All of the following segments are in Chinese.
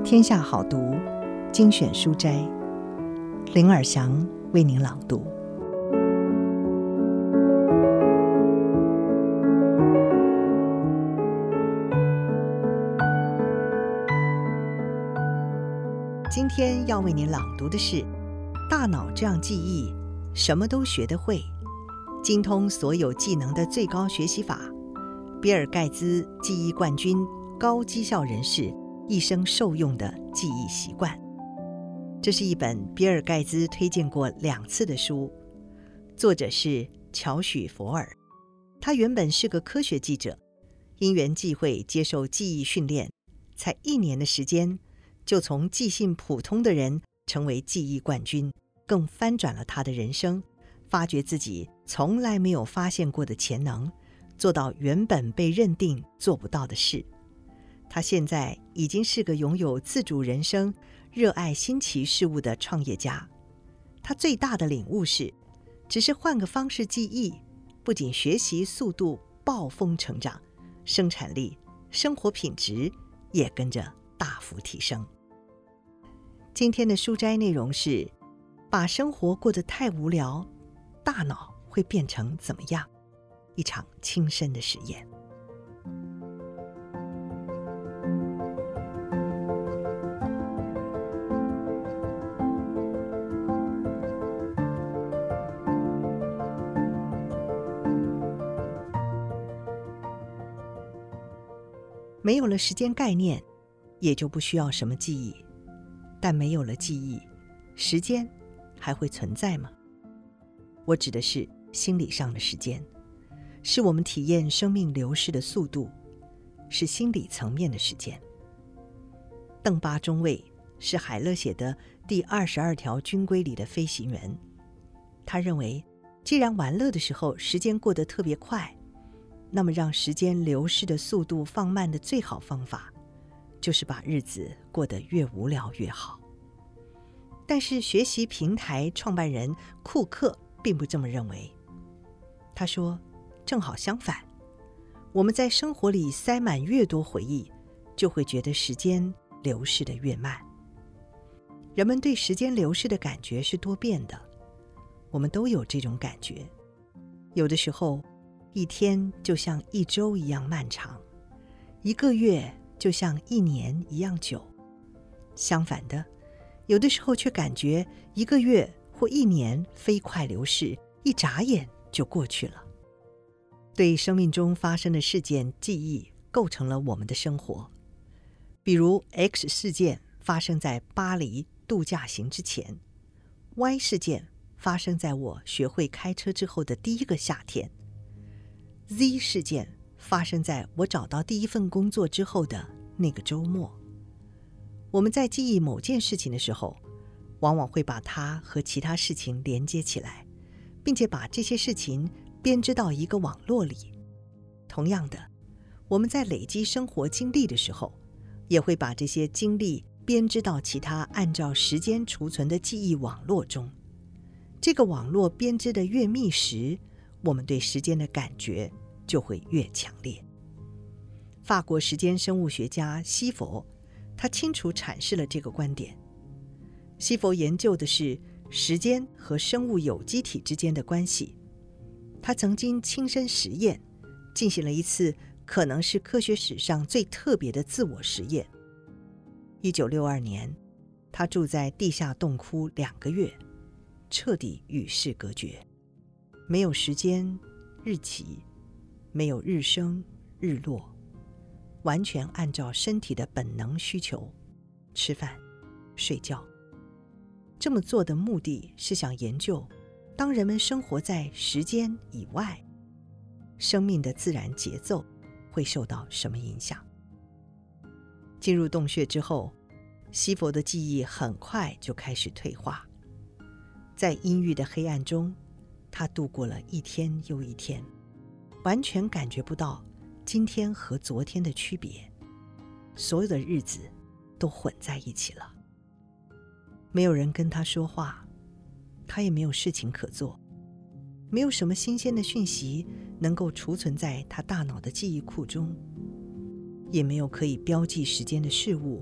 天下好读精选书斋，林尔祥为您朗读。今天要为您朗读的是大脑这样记忆，什么都学得会，精通所有技能的最高学习法，比尔盖茨记忆冠军，高绩效人士一生受用的记忆习惯。这是一本比尔盖茨推荐过2次的书，作者是乔许·佛尔。他原本是个科学记者，因缘际会接受记忆训练，才1年的时间就从记性普通的人成为记忆冠军，更翻转了他的人生，发掘自己从来没有发现过的潜能，做到原本被认定做不到的事。他现在已经是个拥有自主人生、热爱新奇事物的创业家。他最大的领悟是，只是换个方式记忆，不仅学习速度暴风成长，生产力、生活品质也跟着大幅提升。今天的书斋内容是：把生活过得太无聊，大脑会变成怎么样？一场亲身的实验。没有了时间概念，也就不需要什么记忆。但没有了记忆，时间还会存在吗？我指的是心理上的时间，是我们体验生命流逝的速度，是心理层面的时间。邓巴中尉是海勒写的第22条军规里的飞行员。他认为，既然玩乐的时候时间过得特别快，那么让时间流逝的速度放慢的最好方法，就是把日子过得越无聊越好。但是学习平台创办人库克并不这么认为。他说，正好相反，我们在生活里塞满越多回忆，就会觉得时间流逝得越慢。人们对时间流逝的感觉是多变的，我们都有这种感觉。有的时候1天就像1周一样漫长，1个月就像1年一样久。相反的，有的时候却感觉1个月或1年飞快流逝，一眨眼就过去了。对生命中发生的事件记忆构成了我们的生活。比如 X 事件发生在巴黎度假行之前， Y 事件发生在我学会开车之后的第1个夏天， Z 事件发生在我找到第1份工作之后的那个周末。我们在记忆某件事情的时候，往往会把它和其他事情连接起来，并且把这些事情编织到一个网络里。同样的，我们在累积生活经历的时候，也会把这些经历编织到其他按照时间储存的记忆网络中。这个网络编织的越密实，我们对时间的感觉就会越强烈。法国时间生物学家西佛，他清楚阐释了这个观点。西佛研究的是时间和生物有机体之间的关系。他曾经亲身实验，进行了一次可能是科学史上最特别的自我实验。1962年，他住在地下洞窟2个月，彻底与世隔绝，没有时间、日期，没有日升、日落，完全按照身体的本能需求，吃饭、睡觉。这么做的目的是想研究，当人们生活在时间以外，生命的自然节奏会受到什么影响。进入洞穴之后，西佛的记忆很快就开始退化。在阴郁的黑暗中，他度过了1天又1天，完全感觉不到今天和昨天的区别，所有的日子都混在一起了。没有人跟他说话，他也没有事情可做，没有什么新鲜的讯息能够储存在他大脑的记忆库中，也没有可以标记时间的事物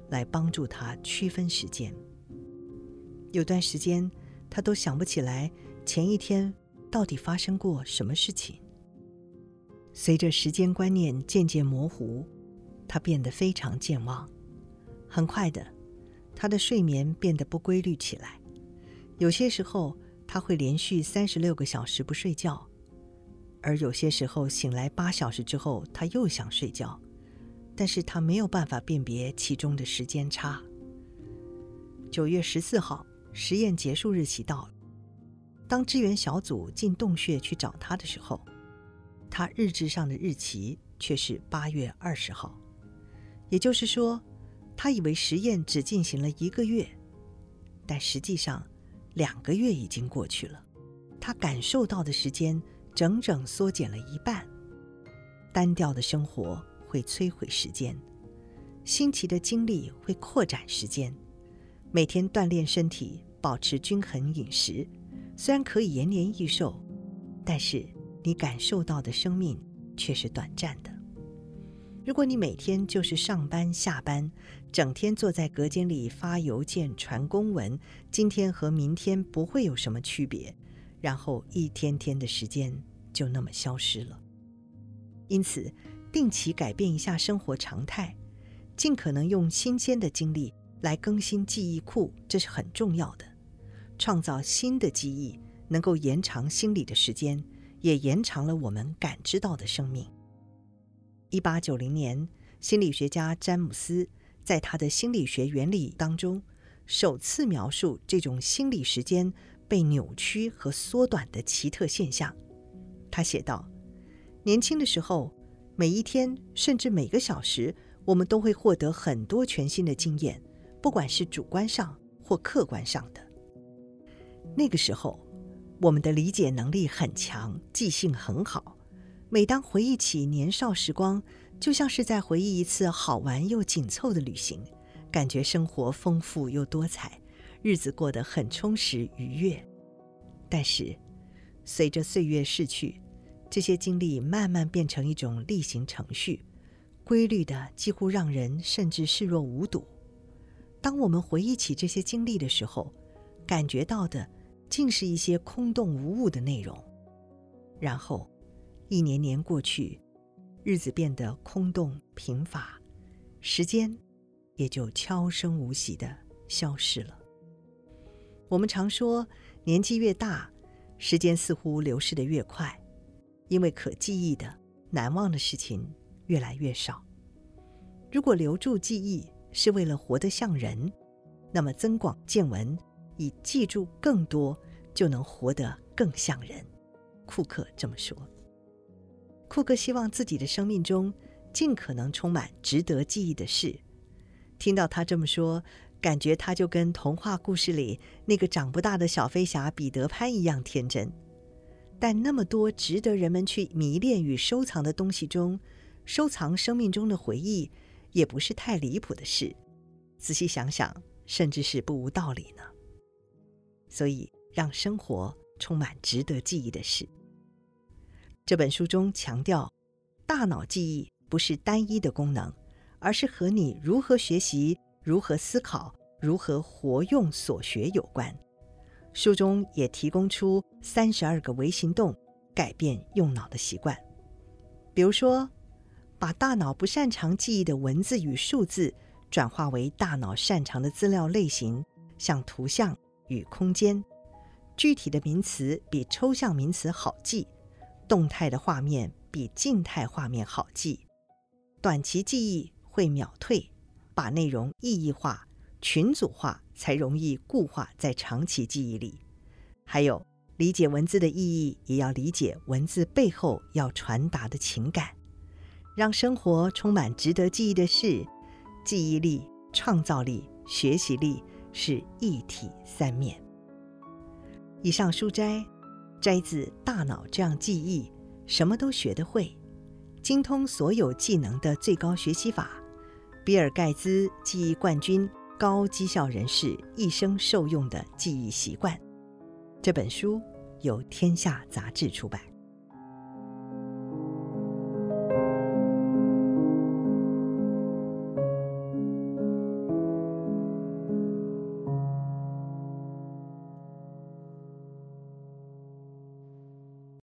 来帮助他区分时间。有段时间，他都想不起来前一天到底发生过什么事情。随着时间观念渐渐模糊，他变得非常健忘。很快的，他的睡眠变得不规律起来。有些时候，他会连续36个小时不睡觉，而有些时候醒来8小时之后，他又想睡觉，但是他没有办法辨别其中的时间差。9月14号，实验结束日期到了。当支援小组进洞穴去找他的时候，他日志上的日期却是8月20号。也就是说，他以为实验只进行了1个月，但实际上2个月已经过去了。他感受到的时间整整缩减了1半。单调的生活会摧毁时间，新奇的经历会扩展时间。每天锻炼身体，保持均衡饮食，虽然可以延年益寿，但是你感受到的生命却是短暂的。如果你每天就是上班下班，整天坐在隔间里发邮件传公文，今天和明天不会有什么区别，然后一天天的时间就那么消失了。因此，定期改变一下生活常态，尽可能用新鲜的经历来更新记忆库，这是很重要的。创造新的记忆，能够延长心理的时间，也延长了我们感知到的生命。1890年，心理学家詹姆斯在他的心理学原理当中，首次描述这种心理时间被扭曲和缩短的奇特现象。他写道，年轻的时候，每一天甚至每个小时，我们都会获得很多全新的经验，不管是主观上或客观上的。那个时候，我们的理解能力很强，记性很好。每当回忆起年少时光，就像是在回忆一次好玩又紧凑的旅行，感觉生活丰富又多彩，日子过得很充实愉悦。但是，随着岁月逝去，这些经历慢慢变成一种例行程序，规律的几乎让人甚至视若无睹。当我们回忆起这些经历的时候，感觉到的竟是一些空洞无物的内容。然后一年年过去，日子变得空洞贫乏，时间也就悄声无息地消失了。我们常说，年纪越大，时间似乎流逝得越快，因为可记忆的、难忘的事情越来越少。如果留住记忆是为了活得像人，那么增广见闻，以记住更多，就能活得更像人。库克这么说。库克希望自己的生命中尽可能充满值得记忆的事。听到他这么说，感觉他就跟童话故事里那个长不大的小飞侠彼得潘一样天真。但那么多值得人们去迷恋与收藏的东西中，收藏生命中的回忆也不是太离谱的事。仔细想想，甚至是不无道理呢。所以，让生活充满值得记忆的事。这本书中强调，大脑记忆不是单一的功能，而是和你如何学习、如何思考、如何活用所学有关。书中也提供出32个微行动，改变用脑的习惯。比如说，把大脑不擅长记忆的文字与数字转化为大脑擅长的资料类型，像图像与空间。具体的名词比抽象名词好记，动态的画面比静态画面好记。短期记忆会秒退，把内容意义化、群组化，才容易固化在长期记忆里。还有，理解文字的意义，也要理解文字背后要传达的情感。让生活充满值得记忆的事，记忆力、创造力、学习力是一体三面。以上书摘自《大脑这样记忆》，什么都学得会，精通所有技能的最高学习法，比尔盖茨记忆冠军，高绩效人士一生受用的记忆习惯。这本书由天下杂志出版。